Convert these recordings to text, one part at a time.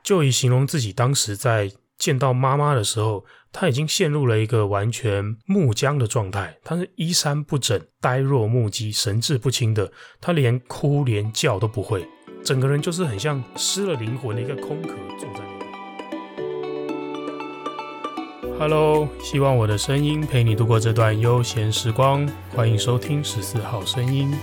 就以形容自己当时在见到妈妈的时候，他已经陷入了一个完全木僵的状态，他是衣衫不整，呆若木鸡，神志不清的，他连哭连叫都不会，整个人就是很像失了灵魂的一个空壳坐在那边。Hello， 希望我的声音陪你度过这段悠闲时光，欢迎收听14号声音。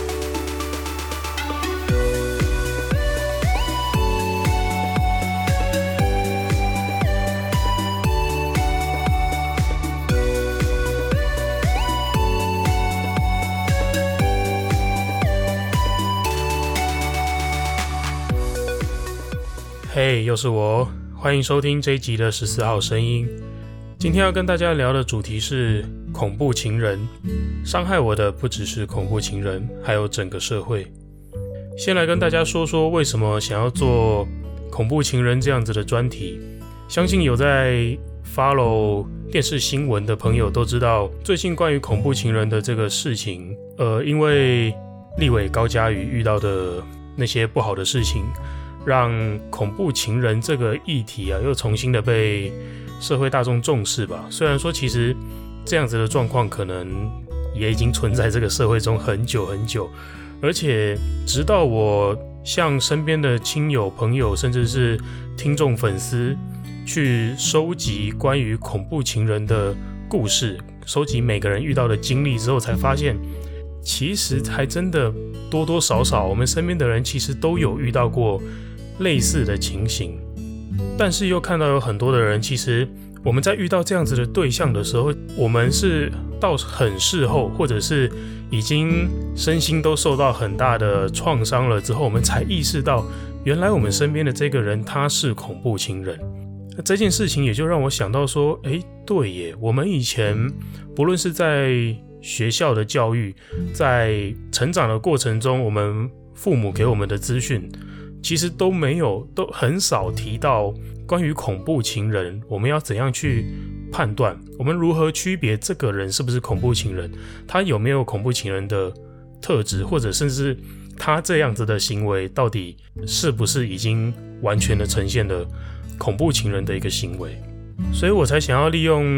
嘿，又是我，欢迎收听这一集的14号声音。今天要跟大家聊的主题是恐怖情人。伤害我的不只是恐怖情人，还有整个社会。先来跟大家说说为什么想要做恐怖情人这样子的专题。相信有在 follow 电视新闻的朋友都知道，最近关于恐怖情人的这个事情，因为立委高嘉瑜遇到的那些不好的事情，让恐怖情人这个议题又重新的被社会大众重视吧。虽然说其实这样子的状况可能也已经存在这个社会中很久很久，而且直到我向身边的亲友朋友甚至是听众粉丝去收集关于恐怖情人的故事，收集每个人遇到的经历之后，才发现其实还真的多多少少我们身边的人其实都有遇到过类似的情形。但是又看到有很多的人，其实我们在遇到这样子的对象的时候，我们是到很事后，或者是已经身心都受到很大的创伤了之后，我们才意识到原来我们身边的这个人他是恐怖情人。那这件事情也就让我想到说，对耶，我们以前不论是在学校的教育，在成长的过程中，我们父母给我们的资讯其实都很少提到关于恐怖情人，我们要怎样去判断，我们如何区别这个人是不是恐怖情人，他有没有恐怖情人的特质，或者甚至他这样子的行为到底是不是已经完全的呈现了恐怖情人的一个行为。所以我才想要利用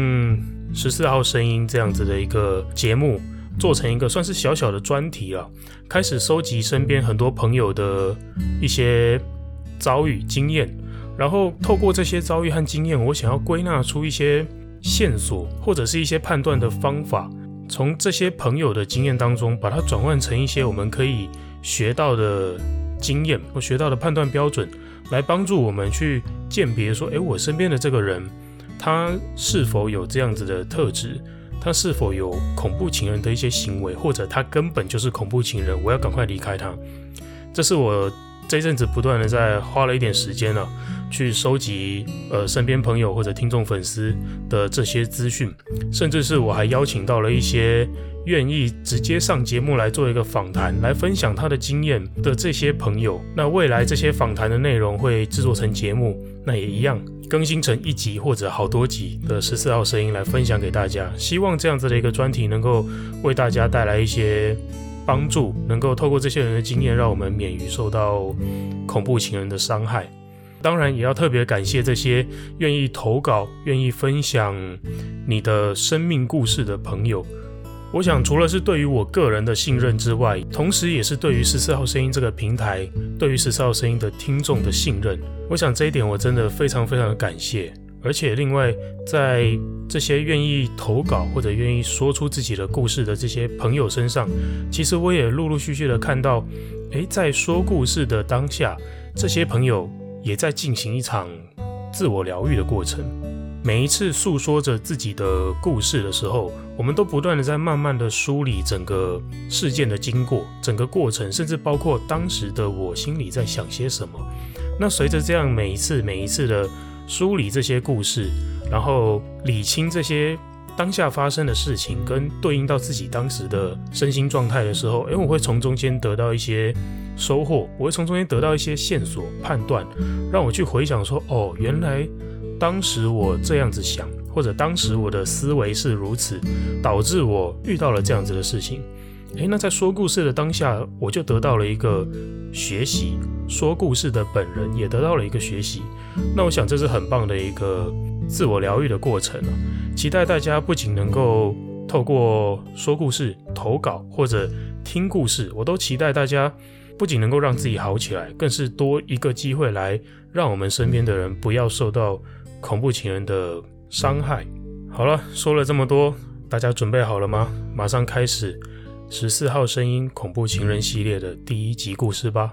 14号声音这样子的一个节目，做成一个算是小小的专题啦，开始收集身边很多朋友的一些遭遇经验，然后透过这些遭遇和经验，我想要归纳出一些线索，或者是一些判断的方法，从这些朋友的经验当中把它转换成一些我们可以学到的经验或学到的判断标准，来帮助我们去鉴别说，我身边的这个人他是否有这样子的特质，他是否有恐怖情人的一些行为，或者他根本就是恐怖情人，我要赶快离开他。这是我这阵子不断的在花了一点时间去收集身边朋友或者听众粉丝的这些资讯，甚至是我还邀请到了一些愿意直接上节目来做一个访谈，来分享他的经验的这些朋友。那未来这些访谈的内容会制作成节目，那也一样更新成一集或者好多集的14号声音来分享给大家。希望这样子的一个专题能够为大家带来一些帮助，能够透过这些人的经验，让我们免于受到恐怖情人的伤害。当然也要特别感谢这些愿意投稿、愿意分享你的生命故事的朋友。我想除了是对于我个人的信任之外，同时也是对于14号声音这个平台，对于14号声音的听众的信任。我想这一点我真的非常非常的感谢。而且另外在这些愿意投稿或者愿意说出自己的故事的这些朋友身上，其实我也陆陆续续的看到，在说故事的当下，这些朋友也在进行一场自我疗愈的过程。每一次诉说着自己的故事的时候，我们都不断的在慢慢的梳理整个事件的经过，整个过程，甚至包括当时的我心里在想些什么。那随着这样每一次的梳理这些故事，然后理清这些当下发生的事情跟对应到自己当时的身心状态的时候，我会从中间得到一些收获，我会从中间得到一些线索判断，让我去回想说，原来当时我这样子想，或者当时我的思维是如此，导致我遇到了这样子的事情。那在说故事的当下，我就得到了一个学习， 说故事的本人也得到了一个学习。那我想这是很棒的一个自我疗愈的过程啊，期待大家不仅能够透过说故事、投稿或者听故事，我都期待大家不仅能够让自己好起来，更是多一个机会来让我们身边的人不要受到恐怖情人的伤害。好了，说了这么多，大家准备好了吗？马上开始14号声音恐怖情人系列的第1集故事吧。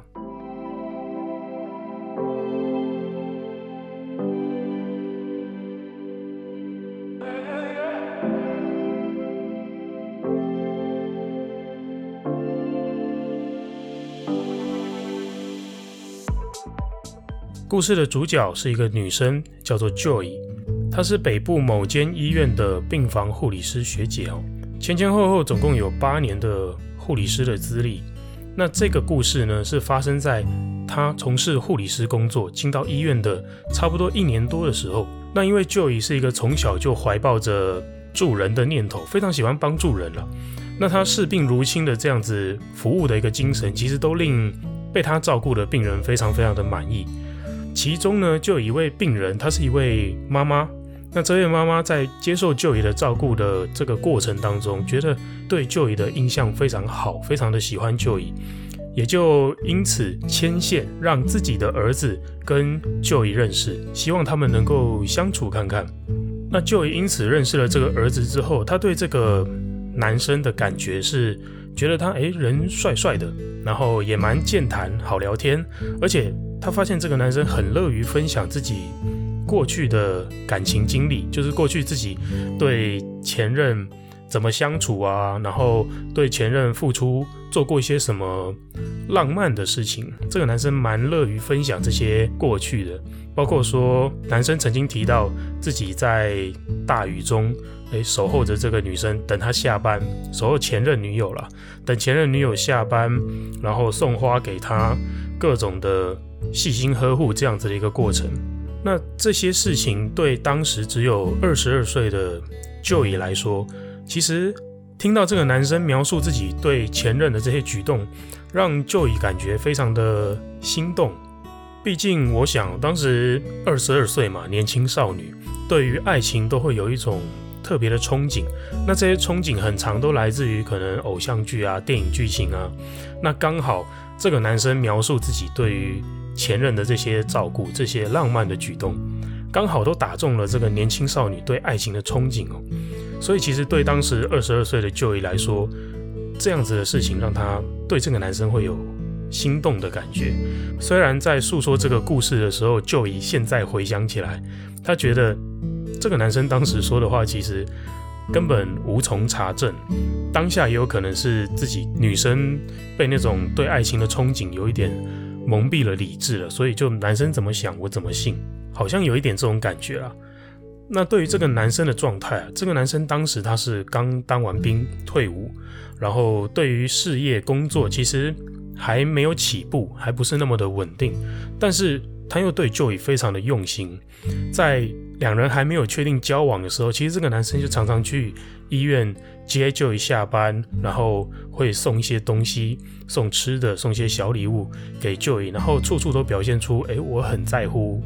故事的主角是一个女生，叫做 Joy， 她是北部某间医院的病房护理师学姐哦，前后总共有8年的护理师的资历。那这个故事呢，是发生在她从事护理师工作进到医院的差不多1年多的时候。那因为 Joy 是一个从小就怀抱着助人的念头，非常喜欢帮助人了。那她视病如亲的这样子服务的一个精神，其实都令被她照顾的病人非常的满意。其中呢，就有一位病人，她是一位妈妈。那这位妈妈在接受Joy的照顾的这个过程当中，觉得对Joy的印象非常好，非常的喜欢Joy，也就因此牵线让自己的儿子跟Joy认识，希望他们能够相处看看。那Joy因此认识了这个儿子之后，他对这个男生的感觉是觉得他人帅帅的，然后也蛮健谈，好聊天，而且他发现这个男生很乐于分享自己过去的感情经历，就是过去自己对前任怎么相处啊，然后对前任付出做过一些什么浪漫的事情。这个男生蛮乐于分享这些过去的，包括说男生曾经提到自己在大雨中守候着这个女生，等她下班，守候前任女友啦，等前任女友下班，然后送花给她，各种的细心呵护这样子的一个过程。那这些事情对当时只有22岁的 Joy 来说，其实听到这个男生描述自己对前任的这些举动，让 Joy 感觉非常的心动。毕竟我想当时22岁嘛，年轻少女对于爱情都会有一种特别的憧憬，那这些憧憬很常都来自于可能偶像剧啊、电影剧情啊。那刚好这个男生描述自己对于前任的这些照顾、这些浪漫的举动，刚好都打中了这个年轻少女对爱情的憧憬哦。所以其实对当时22岁的 Joy 来说，这样子的事情让她对这个男生会有心动的感觉。虽然在诉说这个故事的时候，Joy现在回想起来，她觉得这个男生当时说的话其实根本无从查证，当下也有可能是自己女生被那种对爱情的憧憬有一点蒙蔽了理智了，所以就男生怎么想我怎么信，好像有一点这种感觉啦。那对于这个男生的状态啊，这个男生当时他是刚当完兵退伍，然后对于事业工作其实还没有起步，还不是那么的稳定，但是他又对 Joy 非常的用心。在两人还没有确定交往的时候，其实这个男生就常常去医院接 Joy 下班，然后会送一些东西，送吃的，送一些小礼物给 Joy， 然后处处都表现出我很在乎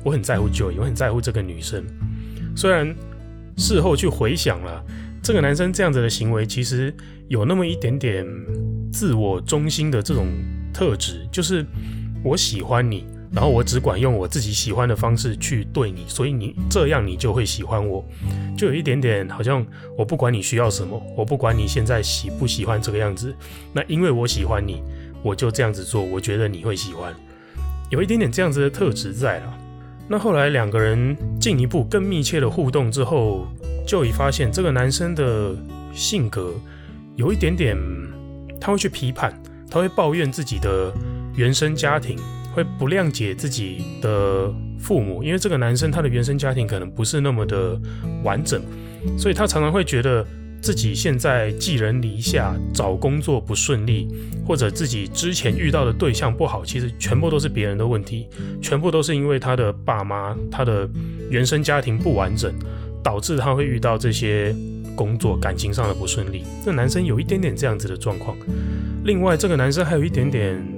Joy， 我很在乎这个女生。虽然事后去回想了，这个男生这样子的行为其实有那么一点点自我中心的这种特质，就是我喜欢你，然后我只管用我自己喜欢的方式去对你，所以你这样你就会喜欢我，就有一点点好像我不管你需要什么，我不管你现在喜不喜欢这个样子，那因为我喜欢你，我就这样子做，我觉得你会喜欢，有一点点这样子的特质在啦。那后来两个人进一步更密切的互动之后，就已发现这个男生的性格有一点点，他会去批判，他会抱怨自己的原生家庭，会不谅解自己的父母，因为这个男生他的原生家庭可能不是那么的完整，所以他常常会觉得自己现在寄人篱下，找工作不顺利，或者自己之前遇到的对象不好，其实全部都是别人的问题，全部都是因为他的爸妈，他的原生家庭不完整，导致他会遇到这些工作感情上的不顺利。这男生有一点点这样子的状况。另外这个男生还有一点点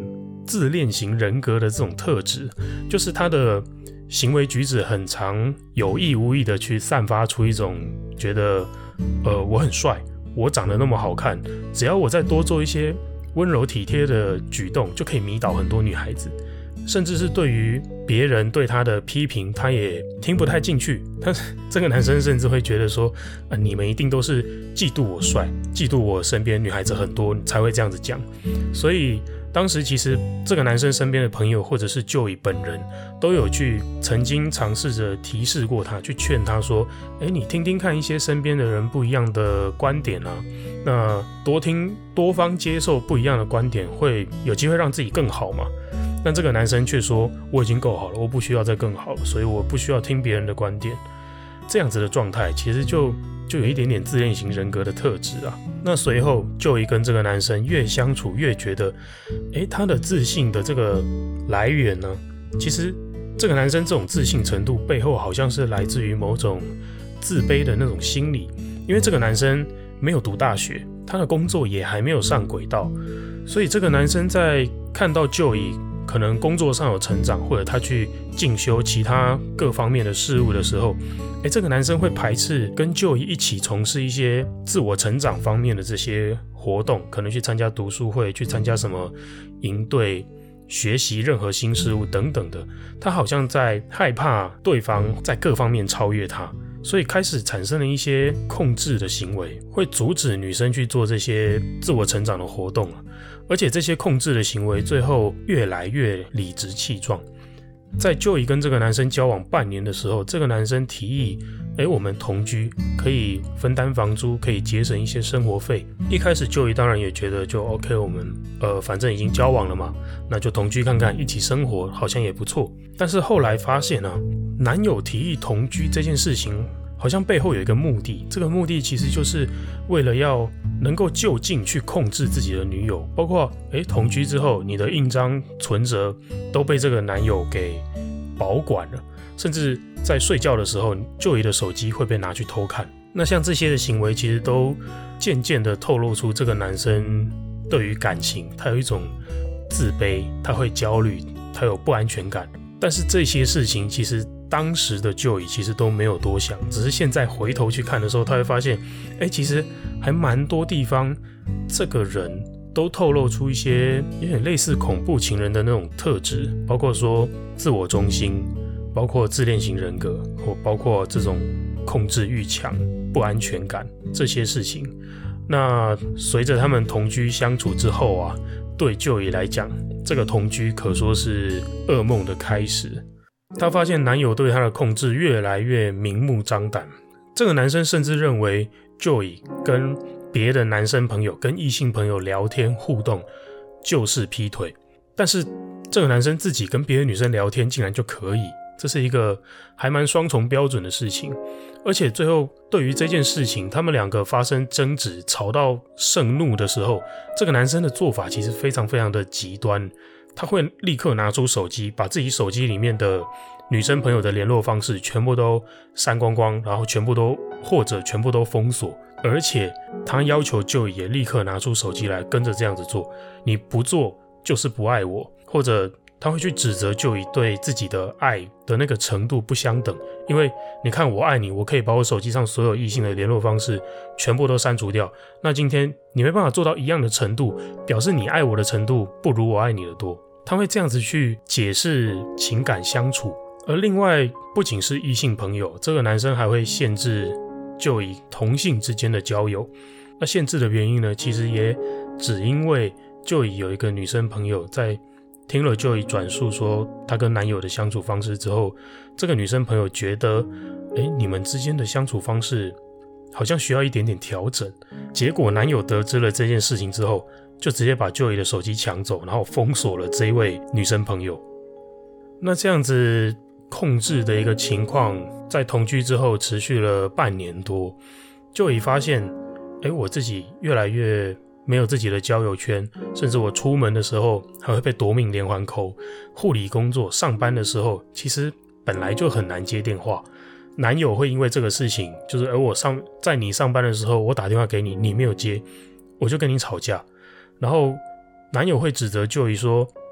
自恋型人格的这种特质，就是他的行为举止很常有意无意的去散发出一种觉得我很帅，我长得那么好看，只要我再多做一些温柔体贴的举动，就可以迷倒很多女孩子。甚至是对于别人对他的批评，他也听不太进去。这个男生甚至会觉得说，你们一定都是嫉妒我帅，嫉妒我身边女孩子很多，才会这样子讲。所以当时其实这个男生身边的朋友或者是Joey本人都有曾经尝试着提示过他，去劝他说，你听听看一些身边的人不一样的观点啊，那多方接受不一样的观点，会有机会让自己更好嘛。但这个男生却说，我已经够好了，我不需要再更好了，所以我不需要听别人的观点。这样子的状态其实就有一点点自恋型人格的特质啊。那随后Joey跟这个男生越相处越觉得，他的自信的这个来源呢，其实这个男生这种自信程度背后好像是来自于某种自卑的那种心理。因为这个男生没有读大学，他的工作也还没有上轨道，所以这个男生在看到Joey可能工作上有成长，或者他去进修其他各方面的事物的时候，这个男生会排斥跟Joey一起从事一些自我成长方面的这些活动，可能去参加读书会，去参加什么营队，学习任何新事物等等的。他好像在害怕对方在各方面超越他，所以开始产生了一些控制的行为，会阻止女生去做这些自我成长的活动。而且这些控制的行为最后越来越理直气壮。在Joey跟这个男生交往半年的时候，这个男生提议，我们同居，可以分担房租，可以节省一些生活费。一开始Joey当然也觉得就 OK， 我们反正已经交往了嘛，那就同居看看，一起生活好像也不错。但是后来发现男友提议同居这件事情好像背后有一个目的，这个目的其实就是为了要能够就近去控制自己的女友，包括同居之后你的印章存折都被这个男友给保管了，甚至在睡觉的时候Joey的手机会被拿去偷看。那像这些的行为其实都渐渐的透露出这个男生对于感情他有一种自卑，他会焦虑，他有不安全感。但是这些事情其实当时的Joey其实都没有多想，只是现在回头去看的时候，他会发现其实还蛮多地方这个人都透露出一些有点类似恐怖情人的那种特质，包括说自我中心，包括自恋型人格，或包括这种控制欲强、不安全感这些事情。那随着他们同居相处之后啊，对Joey来讲，这个同居可说是噩梦的开始。他发现男友对他的控制越来越明目张胆，这个男生甚至认为Joey跟别的男生朋友、跟异性朋友聊天互动就是劈腿，但是这个男生自己跟别的女生聊天竟然就可以，这是一个还蛮双重标准的事情。而且最后对于这件事情，他们两个发生争执，吵到盛怒的时候，这个男生的做法其实非常非常的极端，他会立刻拿出手机，把自己手机里面的女生朋友的联络方式全部都删光光，然后全部都封锁。而且他要求Joey也立刻拿出手机来跟着这样子做，你不做就是不爱我，或者他会去指责Joey对自己的爱的那个程度不相等。因为你看我爱你，我可以把我手机上所有异性的联络方式全部都删除掉，那今天你没办法做到一样的程度，表示你爱我的程度不如我爱你的多。他会这样子去解释情感相处。而另外不仅是异性朋友，这个男生还会限制Joey同性之间的交友。那限制的原因呢，其实也只因为Joey有一个女生朋友在听了Joey转述说他跟男友的相处方式之后，这个女生朋友觉得你们之间的相处方式好像需要一点点调整。结果男友得知了这件事情之后，就直接把Joey的手机抢走，然后封锁了这一位女生朋友。那这样子控制的一个情况在同居之后持续了半年多。Joey发现我自己越来越没有自己的交友圈，甚至我出门的时候还会被夺命连环扣。护理工作上班的时候其实本来就很难接电话，男友会因为这个事情，就是在你上班的时候我打电话给你，你没有接，我就跟你吵架。然后男友会指责Joey说，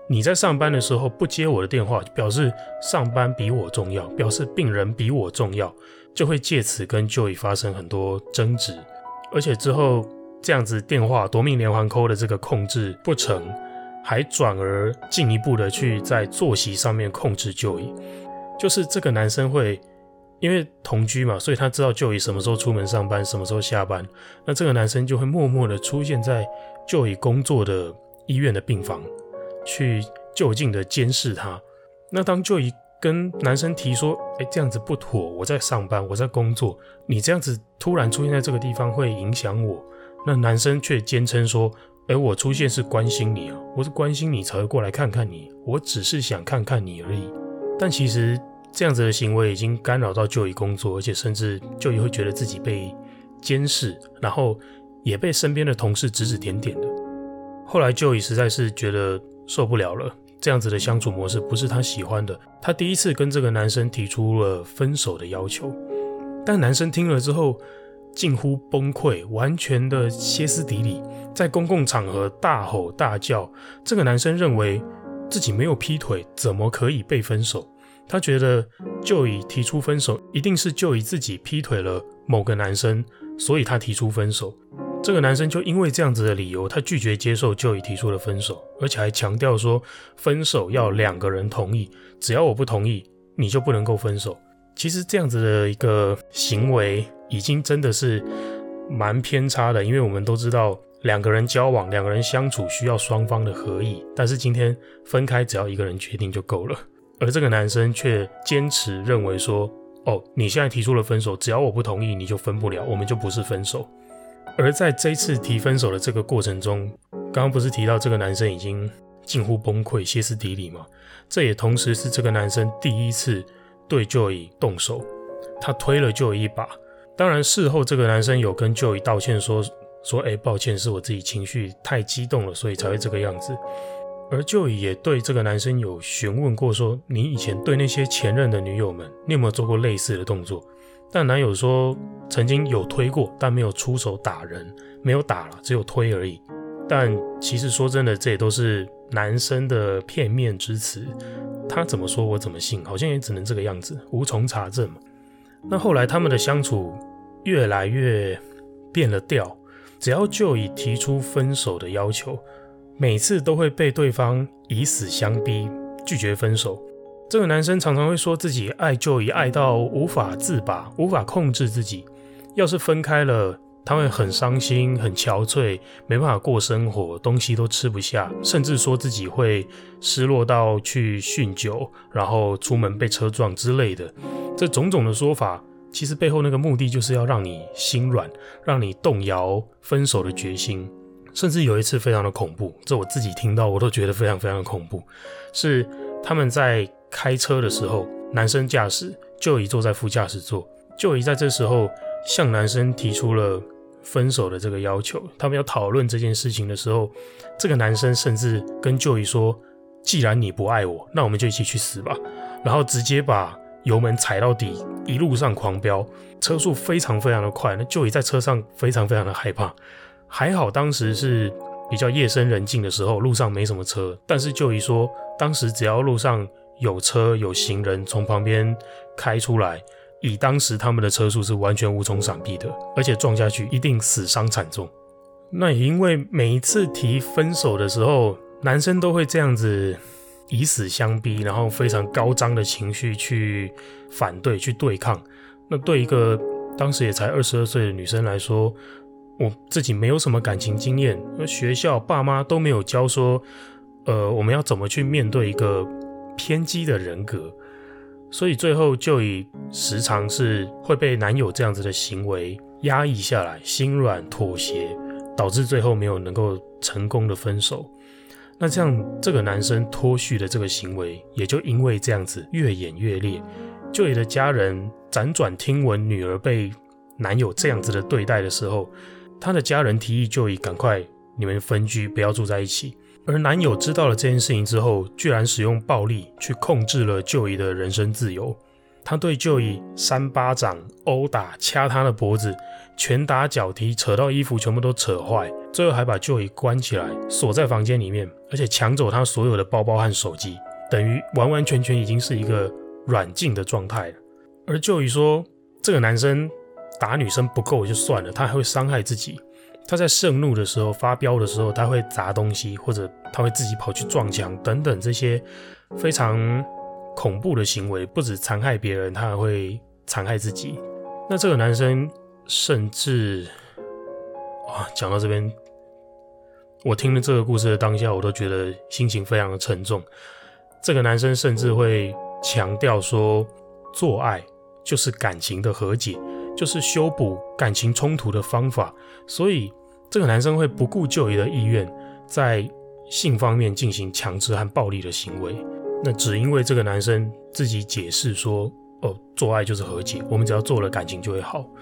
你在上班的时候不接我的电话，表示上班比我重要，表示病人比我重要，就会借此跟 Joey 发生很多争执。而且之后这样子电话夺命连环 call 的这个控制不成，还转而进一步的去在作息上面控制 Joey。 就是这个男生会因为同居嘛，所以他知道 Joey 什么时候出门上班，什么时候下班，那这个男生就会默默的出现在 Joey 工作的医院的病房，去就近的监视他。那当 Joey 跟男生提说这样子不妥，我在上班，我在工作，你这样子突然出现在这个地方会影响我，那男生却坚称说我出现是关心你啊，我是关心你才会过来看看你，我只是想看看你而已。但其实这样子的行为已经干扰到 Joey 工作，而且甚至 Joey 会觉得自己被监视，然后也被身边的同事指指点点的。后来 Joey 实在是觉得受不了了，这样子的相处模式不是他喜欢的，他第一次跟这个男生提出了分手的要求。但男生听了之后近乎崩溃，完全的歇斯底里，在公共场合大吼大叫。这个男生认为自己没有劈腿，怎么可以被分手？他觉得 Joey 提出分手一定是 Joey 自己劈腿了某个男生，所以他提出分手。这个男生就因为这样子的理由，他拒绝接受 Joey 提出的分手，而且还强调说分手要2个人同意，只要我不同意，你就不能够分手。其实这样子的一个行为已经真的是蛮偏差的，因为我们都知道2个人交往，2个人相处需要双方的合意，但是今天分开只要1个人决定就够了。而这个男生却坚持认为说你现在提出了分手，只要我不同意你就分不了，我们就不是分手。而在这一次提分手的这个过程中，刚刚不是提到这个男生已经近乎崩溃歇斯底里吗？这也同时是这个男生第一次对 Joey 动手，他推了 Joey 一把。当然事后这个男生有跟 Joey 道歉说抱歉，是我自己情绪太激动了，所以才会这个样子。而 Joey 也对这个男生有询问过说，你以前对那些前任的女友们，你有没有做过类似的动作？但男友说曾经有推过，但没有出手打人，没有打了，只有推而已。但其实说真的，这也都是男生的片面之词，他怎么说我怎么信，好像也只能这个样子，无从查证嘛。那后来他们的相处越来越变了调，只要 Joey 提出分手的要求，每次都会被对方以死相逼，拒绝分手。这个男生常常会说自己爱 Joey 爱到无法自拔，无法控制自己，要是分开了他会很伤心很憔悴，没办法过生活，东西都吃不下，甚至说自己会失落到去酗酒，然后出门被车撞之类的。这种种的说法其实背后那个目的就是要让你心软，让你动摇分手的决心。甚至有一次非常的恐怖，这我自己听到我都觉得非常非常的恐怖，是他们在开车的时候，男生驾驶，Joey 坐在副驾驶座， Joey 在这时候向男生提出了分手的这个要求。他们要讨论这件事情的时候，这个男生甚至跟 Joey 说，既然你不爱我，那我们就一起去死吧，然后直接把油门踩到底，一路上狂飙，车速非常非常的快。那 Joey 在车上非常非常的害怕，还好当时是比较夜深人静的时候，路上没什么车，但是 Joey 说当时只要路上有车有行人从旁边开出来，以当时他们的车速是完全无从闪避的，而且撞下去一定死伤惨重。那也因为每一次提分手的时候，男生都会这样子以死相逼，然后非常高涨的情绪去反对去对抗。那对一个当时也才22岁的女生来说，我自己没有什么感情经验，学校爸妈都没有教说我们要怎么去面对一个偏激的人格，所以最后就以时常是会被男友这样子的行为压抑下来，心软妥协，导致最后没有能够成功的分手。那这样这个男生脱序的这个行为也就因为这样子越演越烈。Joey的家人辗转听闻女儿被男友这样子的对待的时候，他的家人提议 Joey 赶快你们分居，不要住在一起。而男友知道了这件事情之后，居然使用暴力去控制了 Joey 的人身自由。 他对Joey3巴掌、殴打、掐他的脖子，拳打脚踢，扯到衣服全部都扯坏，最后还把Joey关起来，锁在房间里面，而且抢走他所有的包包和手机，等于完完全全已经是一个软禁的状态了。而Joey说，这个男生打女生不够就算了，他还会伤害自己。他在盛怒的时候、发飙的时候，他会砸东西，或者他会自己跑去撞墙等等，这些非常恐怖的行为，不止残害别人，他还会残害自己。那这个男生甚至，讲到这边，我听了这个故事的当下，我都觉得心情非常的沉重。这个男生甚至会强调说，做爱就是感情的和解，就是修补感情冲突的方法，所以这个男生会不顾Joey的意愿，在性方面进行强制和暴力的行为。那只因为这个男生自己解释说，做爱就是和解，我们只要做了感情就会好。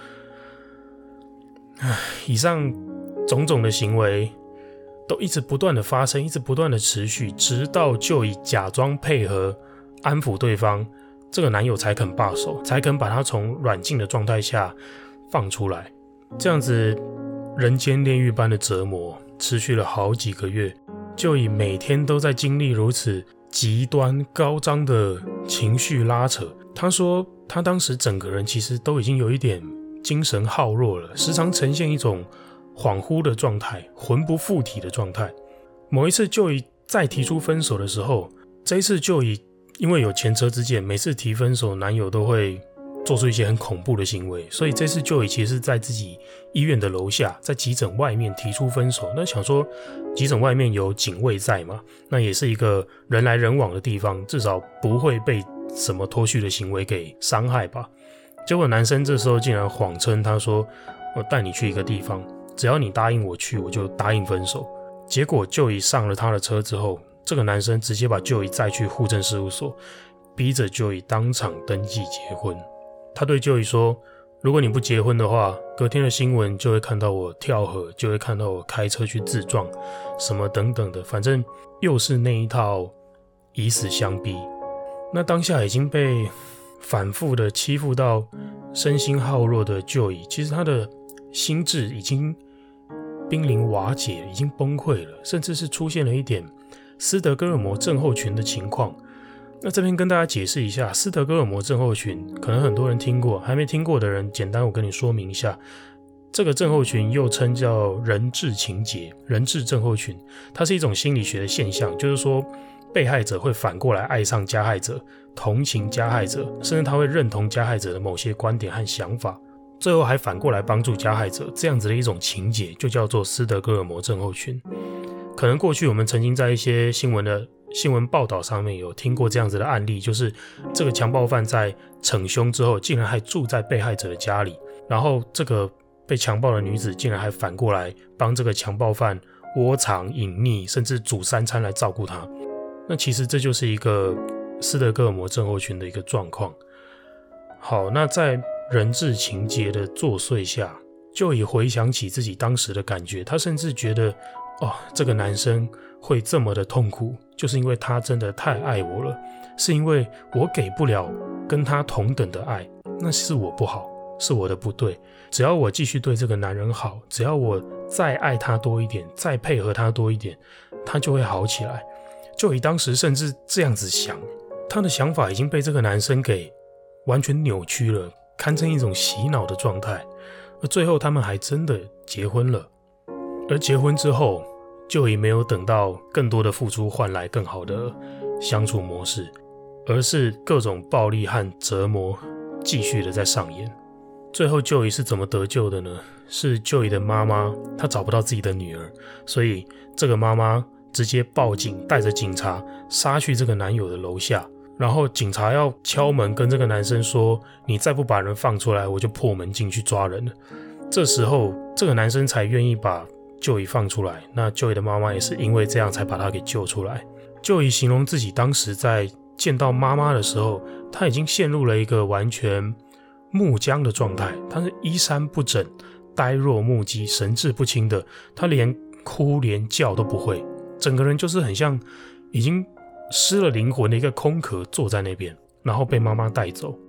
以上种种的行为都一直不断的发生，一直不断的持续，直到Joey假装配合安抚对方，这个男友才肯罢手，才肯把他从软禁的状态下放出来。这样子人间炼狱般的折磨持续了好几个月，Joey每天都在经历如此极端高涨的情绪拉扯。他说他当时整个人其实都已经有一点精神耗弱了，时常呈现一种恍惚的状态，魂不附体的状态。某一次Joey再提出分手的时候，这一次Joey因为有前车之鉴，每次提分手男友都会做出一些很恐怖的行为，所以这次Joey其实是在自己医院的楼下，在急诊外面提出分手。那想说急诊外面有警卫在嘛，那也是一个人来人往的地方，至少不会被什么脱序的行为给伤害吧。结果男生这时候竟然谎称他说，我带你去一个地方，只要你答应我去，我就答应分手。结果Joey上了他的车之后，这个男生直接把Joey载去户政事务所，逼着Joey当场登记结婚。他对Joey说，如果你不结婚的话，隔天的新闻就会看到我跳河，就会看到我开车去自撞，什么等等的，反正又是那一套以死相逼。那当下已经被反复的欺负到身心耗弱的Joey，其实他的心智已经濒临瓦解，已经崩溃了，甚至是出现了一点斯德哥尔摩症候群的情况。那这边跟大家解释一下，斯德哥尔摩症候群可能很多人听过，还没听过的人简单我跟你说明一下。这个症候群又称叫人质情节，人质症候群，它是一种心理学的现象，就是说被害者会反过来爱上加害者，同情加害者，甚至他会认同加害者的某些观点和想法，最后还反过来帮助加害者，这样子的一种情节就叫做斯德哥尔摩症候群。可能过去我们曾经在一些新闻报道上面有听过这样子的案例，就是这个强暴犯在逞凶之后竟然还住在被害者的家里，然后这个被强暴的女子竟然还反过来帮这个强暴犯窝藏隐匿，甚至煮3餐来照顾他。那其实这就是一个斯德哥尔摩症候群的一个状况。好，那在人质情节的作祟下，就以回想起自己当时的感觉，他甚至觉得这个男生会这么的痛苦，就是因为他真的太爱我了，是因为我给不了跟他同等的爱，那是我不好，是我的不对。只要我继续对这个男人好，只要我再爱他多一点，再配合他多一点，他就会好起来。就以当时甚至这样子想，他的想法已经被这个男生给完全扭曲了，堪称一种洗脑的状态。而最后他们还真的结婚了。而结婚之后，就已没有等到更多的付出换来更好的相处模式，而是各种暴力和折磨继续的在上演。最后Joey是怎么得救的呢？是Joey的妈妈，她找不到自己的女儿，所以这个妈妈直接报警，带着警察杀去这个男友的楼下，然后警察要敲门跟这个男生说，你再不把人放出来，我就破门进去抓人了。这时候这个男生才愿意把Joey放出来，那Joey的妈妈也是因为这样才把他给救出来。Joey形容自己当时在见到妈妈的时候，他已经陷入了一个完全木僵的状态，他是衣衫不整，呆若木鸡，神志不清的，他连哭连叫都不会，整个人就是很像已经失了灵魂的一个空壳，坐在那边，然后被妈妈带走。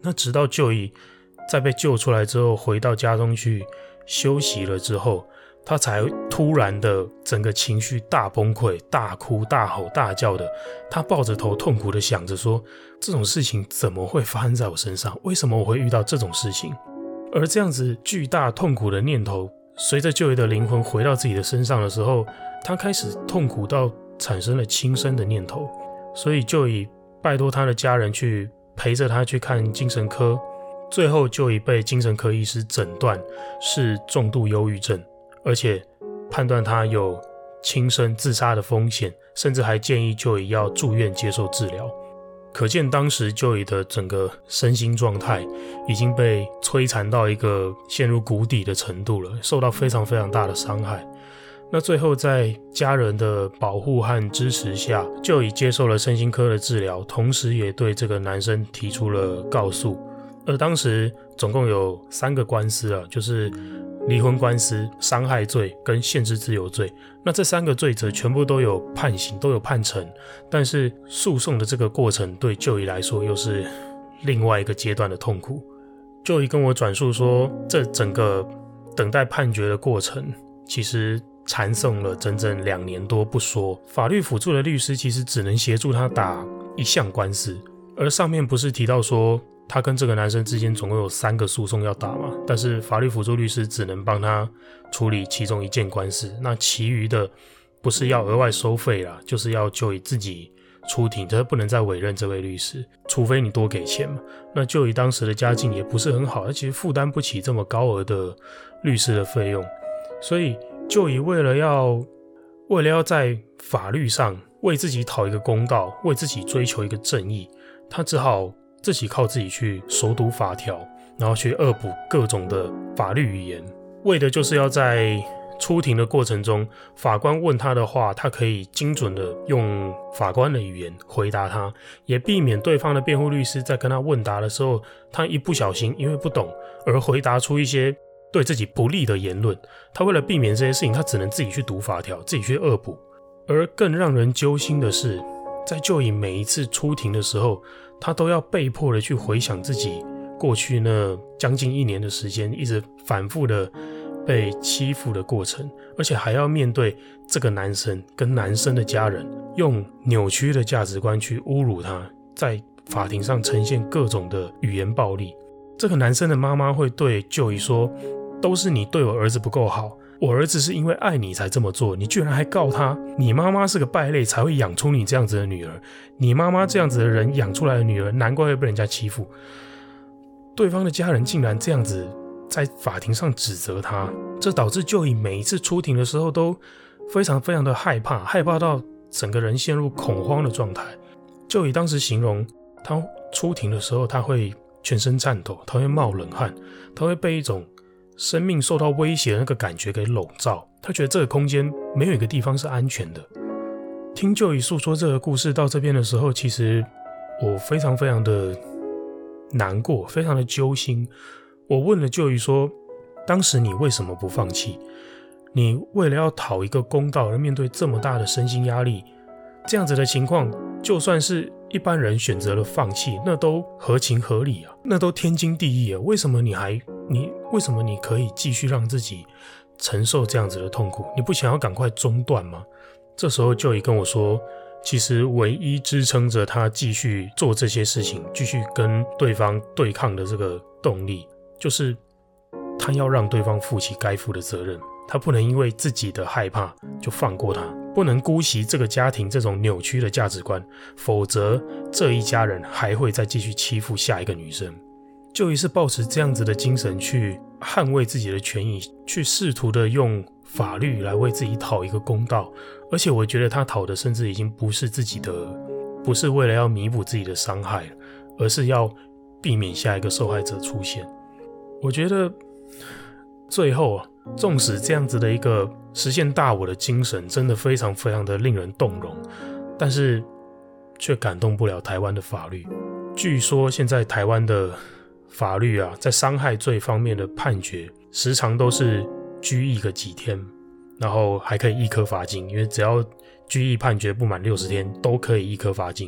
那直到Joey在被救出来之后，回到家中去休息了之后，他才突然的整个情绪大崩溃，大哭大吼大叫的，他抱着头痛苦的想着说，这种事情怎么会发生在我身上？为什么我会遇到这种事情？而这样子巨大痛苦的念头随着Joey的灵魂回到自己的身上的时候，他开始痛苦到产生了轻生的念头，所以Joey拜托他的家人去陪着他去看精神科，最后Joey被精神科医师诊断是重度忧郁症，而且判断他有轻生自杀的风险，甚至还建议Joey要住院接受治疗。可见当时Joey的整个身心状态已经被摧残到一个陷入谷底的程度了，受到非常非常大的伤害。那最后在家人的保护和支持下，Joey接受了身心科的治疗，同时也对这个男生提出了告诉。而当时总共有3个官司啊，就是离婚官司、伤害罪跟限制自由罪。那这3个罪责全部都有判刑，都有判成，但是诉讼的这个过程对Joey来说又是另外一个阶段的痛苦。Joey跟我转述说，这整个等待判决的过程其实缠讼了整整2年多不说，法律辅助的律师其实只能协助他打一项官司，而上面不是提到说他跟这个男生之间总共有3个诉讼要打嘛，但是法律辅助律师只能帮他处理其中1件官司，那其余的不是要额外收费啦，就是要Joey自己出庭，他不能再委任这位律师，除非你多给钱嘛。那Joey当时的家境也不是很好，而且负担不起这么高额的律师的费用，所以Joey为了要在法律上为自己讨一个公道，为自己追求一个正义，他只好自己靠自己去熟读法条，然后去恶补各种的法律语言，为的就是要在出庭的过程中，法官问他的话，他可以精准的用法官的语言回答他，也避免对方的辩护律师在跟他问答的时候，他一不小心因为不懂而回答出一些对自己不利的言论。他为了避免这些事情，他只能自己去读法条，自己去恶补。而更让人揪心的是，在Joey每一次出庭的时候，他都要被迫的去回想自己过去那将近1年的时间一直反复的被欺负的过程，而且还要面对这个男生跟男生的家人用扭曲的价值观去侮辱他，在法庭上呈现各种的语言暴力。这个男生的妈妈会对Joey说，都是你对我儿子不够好，我儿子是因为爱你才这么做，你居然还告他，你妈妈是个败类才会养出你这样子的女儿，你妈妈这样子的人养出来的女儿，难怪会被人家欺负。对方的家人竟然这样子在法庭上指责他，这导致Joey每一次出庭的时候都非常非常的害怕，害怕到整个人陷入恐慌的状态。Joey当时形容他出庭的时候，他会全身颤抖，他会冒冷汗，他会被一种生命受到威胁的那个感觉给笼罩，他觉得这个空间没有一个地方是安全的。听Joey诉说这个故事到这边的时候，其实我非常非常的难过，非常的揪心。我问了Joey说，当时你为什么不放弃？你为了要讨一个公道而面对这么大的身心压力，这样子的情况，就算是一般人选择了放弃，那都合情合理啊，那都天经地义啊，为什么你可以继续让自己承受这样子的痛苦？你不想要赶快中断吗？这时候Joey跟我说，其实唯一支撑着他继续做这些事情，继续跟对方对抗的这个动力，就是他要让对方负起该负的责任，他不能因为自己的害怕就放过他，不能姑息这个家庭这种扭曲的价值观，否则这一家人还会再继续欺负下一个女生。Joey是抱持这样子的精神去捍卫自己的权益，去试图的用法律来为自己讨一个公道，而且我觉得他讨的甚至已经不是自己的，不是为了要弥补自己的伤害，而是要避免下一个受害者出现。我觉得最后纵使这样子的一个实现大我的精神真的非常非常的令人动容，但是却感动不了台湾的法律。据说现在台湾的法律啊，在伤害罪方面的判决时常都是拘役个几天，然后还可以易科罚金，因为只要拘役判决不满60天都可以易科罚金。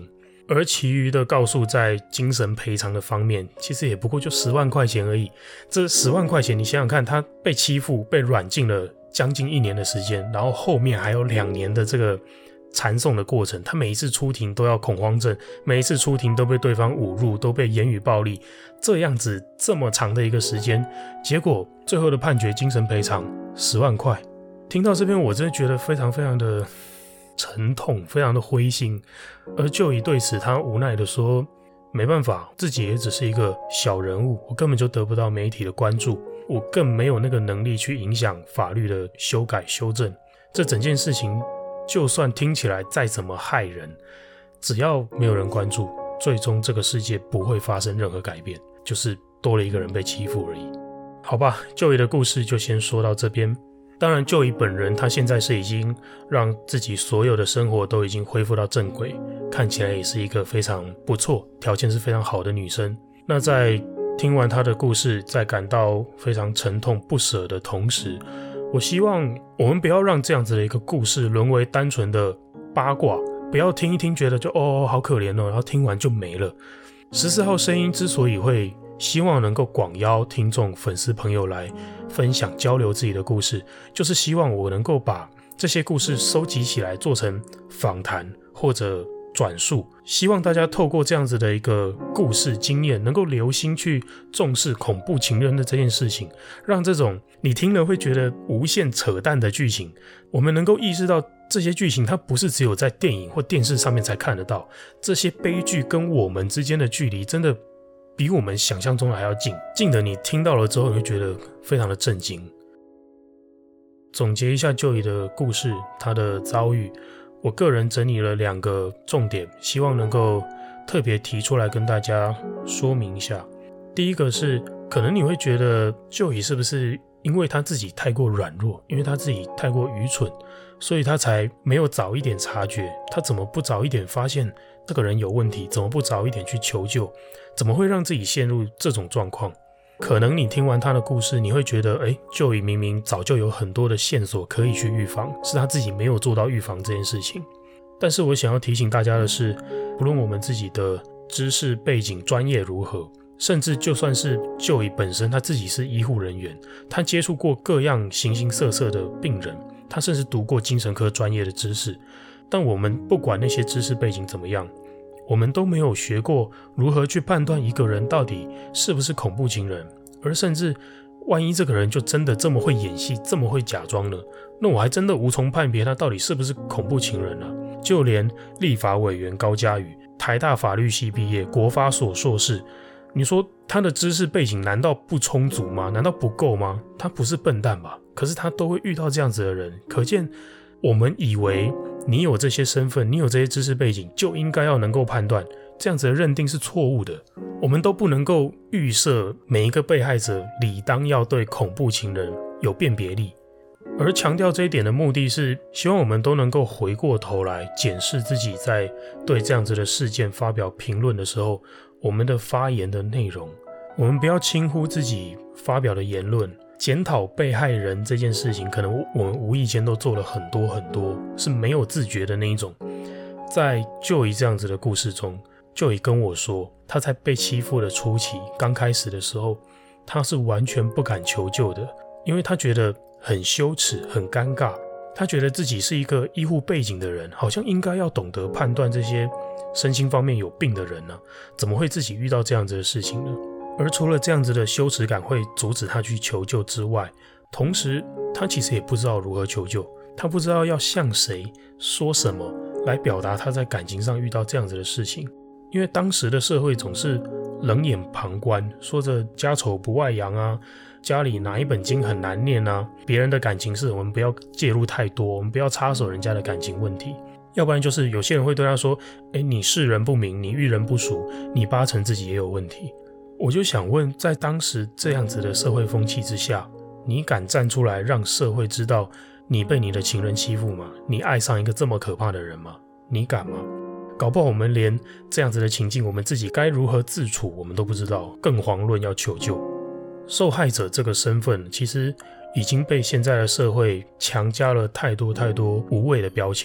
而其余的告诉在精神赔偿的方面，其实也不过就10万块钱而已。这10万块钱你想想看，他被欺负被软禁了将近1年的时间，然后后面还有2年的这个缠讼的过程，他每一次出庭都要恐慌症，每一次出庭都被对方侮辱，都被言语暴力，这样子这么长的一个时间，结果最后的判决精神赔偿10万块。听到这边我真的觉得非常非常的沉痛，非常的灰心。而Joey对此他无奈的说，没办法，自己也只是一个小人物，我根本就得不到媒体的关注，我更没有那个能力去影响法律的修改修正。这整件事情就算听起来再怎么害人，只要没有人关注，最终这个世界不会发生任何改变，就是多了一个人被欺负而已。好吧，Joey的故事就先说到这边。当然Joey本人他现在是已经让自己所有的生活都已经恢复到正轨，看起来也是一个非常不错，条件是非常好的女生。那在听完她的故事，在感到非常沉痛不舍的同时，我希望我们不要让这样子的一个故事沦为单纯的八卦，不要听一听觉得就好可怜然后听完就没了。14号声音之所以会希望能够广邀听众粉丝朋友来分享交流自己的故事，就是希望我能够把这些故事收集起来做成访谈或者转述，希望大家透过这样子的一个故事经验能够留心去重视恐怖情人的这件事情，让这种你听了会觉得无限扯淡的剧情，我们能够意识到这些剧情它不是只有在电影或电视上面才看得到，这些悲剧跟我们之间的距离真的比我们想象中的还要近，近的你听到了之后你会觉得非常的震惊。总结一下Joey的故事，他的遭遇，我个人整理了2个重点，希望能够特别提出来跟大家说明一下。第一个是，可能你会觉得Joey是不是因为他自己太过软弱，因为他自己太过愚蠢，所以他才没有早一点察觉，他怎么不早一点发现这个人有问题，怎么不早一点去求救，怎么会让自己陷入这种状况。可能你听完他的故事，你会觉得Joey明明早就有很多的线索可以去预防，是他自己没有做到预防这件事情。但是我想要提醒大家的是，不论我们自己的知识背景专业如何，甚至就算是Joey本身他自己是医护人员，他接触过各样形形色色的病人，他甚至读过精神科专业的知识，但我们不管那些知识背景怎么样，我们都没有学过如何去判断一个人到底是不是恐怖情人，而甚至万一这个人就真的这么会演戏，这么会假装呢，那我还真的无从判别他到底是不是恐怖情人啊。就连立法委员高嘉瑜，台大法律系毕业，国发所硕士，你说他的知识背景难道不充足吗？难道不够吗？他不是笨蛋吧？可是他都会遇到这样子的人，可见我们以为你有这些身份，你有这些知识背景，就应该要能够判断，这样子的认定是错误的。我们都不能够预设每一个被害者理当要对恐怖情人有辨别力。而强调这一点的目的是希望我们都能够回过头来检视自己在对这样子的事件发表评论的时候，我们的发言的内容，我们不要轻忽自己发表的言论。检讨被害人这件事情，可能我们无意间都做了很多很多，是没有自觉的那一种。在Joey这样子的故事中，Joey跟我说，他在被欺负的初期，刚开始的时候，他是完全不敢求救的，因为他觉得很羞耻、很尴尬。他觉得自己是一个医护背景的人，好像应该要懂得判断这些身心方面有病的人呢，怎么会自己遇到这样子的事情呢？而除了这样子的羞耻感会阻止他去求救之外，同时他其实也不知道如何求救，他不知道要向谁说什么来表达他在感情上遇到这样子的事情。因为当时的社会总是冷眼旁观，说着家丑不外扬啊，家里哪一本经很难念啊，别人的感情事我们不要介入太多，我们不要插手人家的感情问题。要不然就是有些人会对他说，你识人不明，你遇人不淑，你八成自己也有问题。我就想问，在当时这样子的社会风气之下，你敢站出来让社会知道你被你的情人欺负吗？你爱上一个这么可怕的人吗？你敢吗？搞不好我们连这样子的情境，我们自己该如何自处我们都不知道，更遑论要求救。受害者这个身份其实已经被现在的社会强加了太多太多无谓的标签，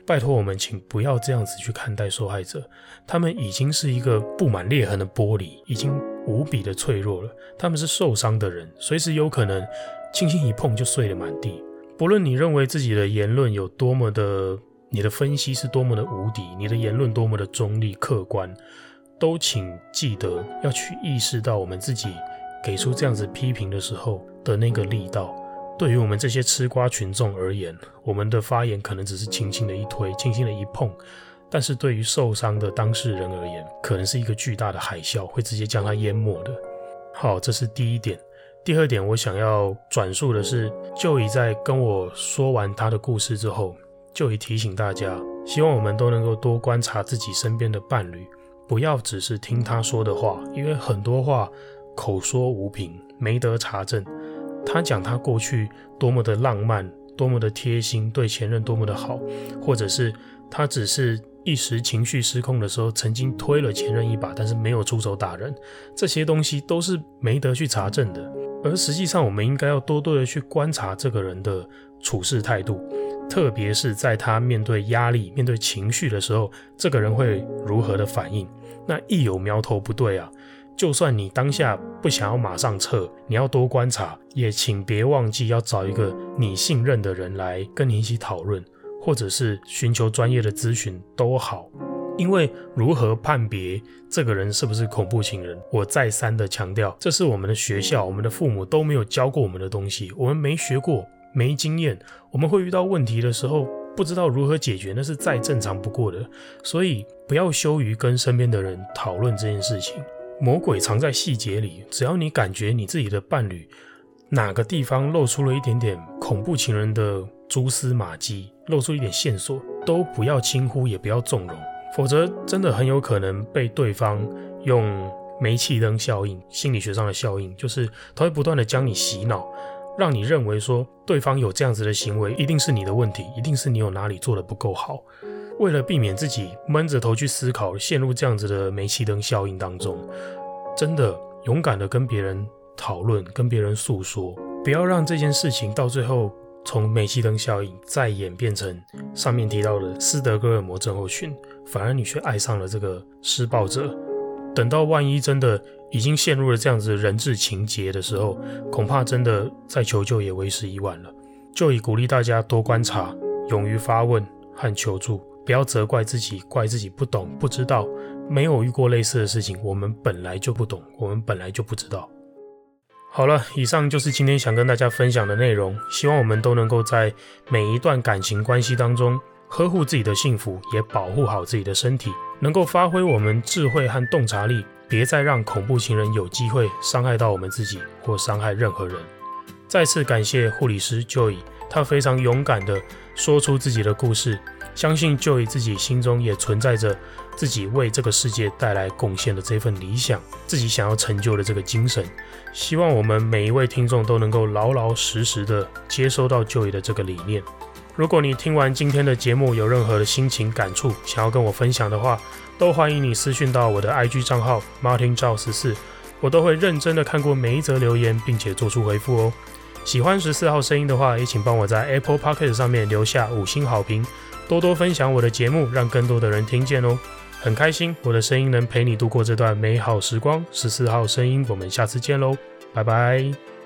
拜托我们请不要这样子去看待受害者，他们已经是一个布满裂痕的玻璃，已经无比的脆弱了，他们是受伤的人，随时有可能轻轻一碰就碎了满地。不论你认为自己的言论有多么的，你的分析是多么的无敌，你的言论多么的中立客观，都请记得要去意识到我们自己给出这样子批评的时候的那个力道。对于我们这些吃瓜群众而言，我们的发言可能只是轻轻的一推，轻轻的一碰，但是对于受伤的当事人而言，可能是一个巨大的海啸，会直接将他淹没的。好，这是第一点。第二点我想要转述的是Joey在跟我说完他的故事之后，Joey提醒大家，希望我们都能够多观察自己身边的伴侣，不要只是听他说的话，因为很多话口说无凭，没得查证。他讲他过去多么的浪漫，多么的贴心，对前任多么的好，或者是他只是一时情绪失控的时候曾经推了前任一把，但是没有出手打人，这些东西都是没得去查证的。而实际上我们应该要多多的去观察这个人的处事态度，特别是在他面对压力面对情绪的时候，这个人会如何的反应。那一有苗头不对啊，就算你当下不想要马上撤，你要多观察，也请别忘记要找一个你信任的人来跟你一起讨论，或者是寻求专业的咨询都好。因为如何判别这个人是不是恐怖情人，我再三的强调，这是我们的学校我们的父母都没有教过我们的东西，我们没学过，没经验，我们会遇到问题的时候不知道如何解决，那是再正常不过的。所以不要羞于跟身边的人讨论这件事情，魔鬼藏在细节里，只要你感觉你自己的伴侣哪个地方露出了一点点恐怖情人的蛛丝马迹，露出一点线索，都不要轻忽也不要纵容，否则真的很有可能被对方用煤气灯效应，心理学上的效应，就是他会不断的将你洗脑，让你认为说对方有这样子的行为一定是你的问题，一定是你有哪里做得不够好。为了避免自己闷着头去思考，陷入这样子的煤气灯效应当中，真的勇敢的跟别人讨论，跟别人诉说，不要让这件事情到最后从煤气灯效应再演变成上面提到的斯德哥尔摩症候群，反而你却爱上了这个施暴者。等到万一真的已经陷入了这样子的人质情节的时候，恐怕真的再求救也为时已晚了。就以鼓励大家多观察，勇于发问和求助，不要责怪自己，怪自己不懂不知道，没有遇过类似的事情，我们本来就不懂，我们本来就不知道。好了，以上就是今天想跟大家分享的内容，希望我们都能够在每一段感情关系当中呵护自己的幸福，也保护好自己的身体，能够发挥我们智慧和洞察力，别再让恐怖情人有机会伤害到我们自己或伤害任何人。再次感谢护理师 Joey， 他非常勇敢地说出自己的故事，相信 Joey 自己心中也存在着自己为这个世界带来贡献的这份理想，自己想要成就的这个精神。希望我们每一位听众都能够老老实实地接收到 Joey 的这个理念。如果你听完今天的节目有任何的心情感触想要跟我分享的话，都欢迎你私讯到我的 IG 账号 martinzhao14， 我都会认真的看过每一则留言并且做出回复哦。喜欢14号声音的话，也请帮我在 Apple Podcast 上面留下5星好评，多多分享我的节目，让更多的人听见哦。很开心我的声音能陪你度过这段美好时光。14号声音，我们下次见喽，拜拜。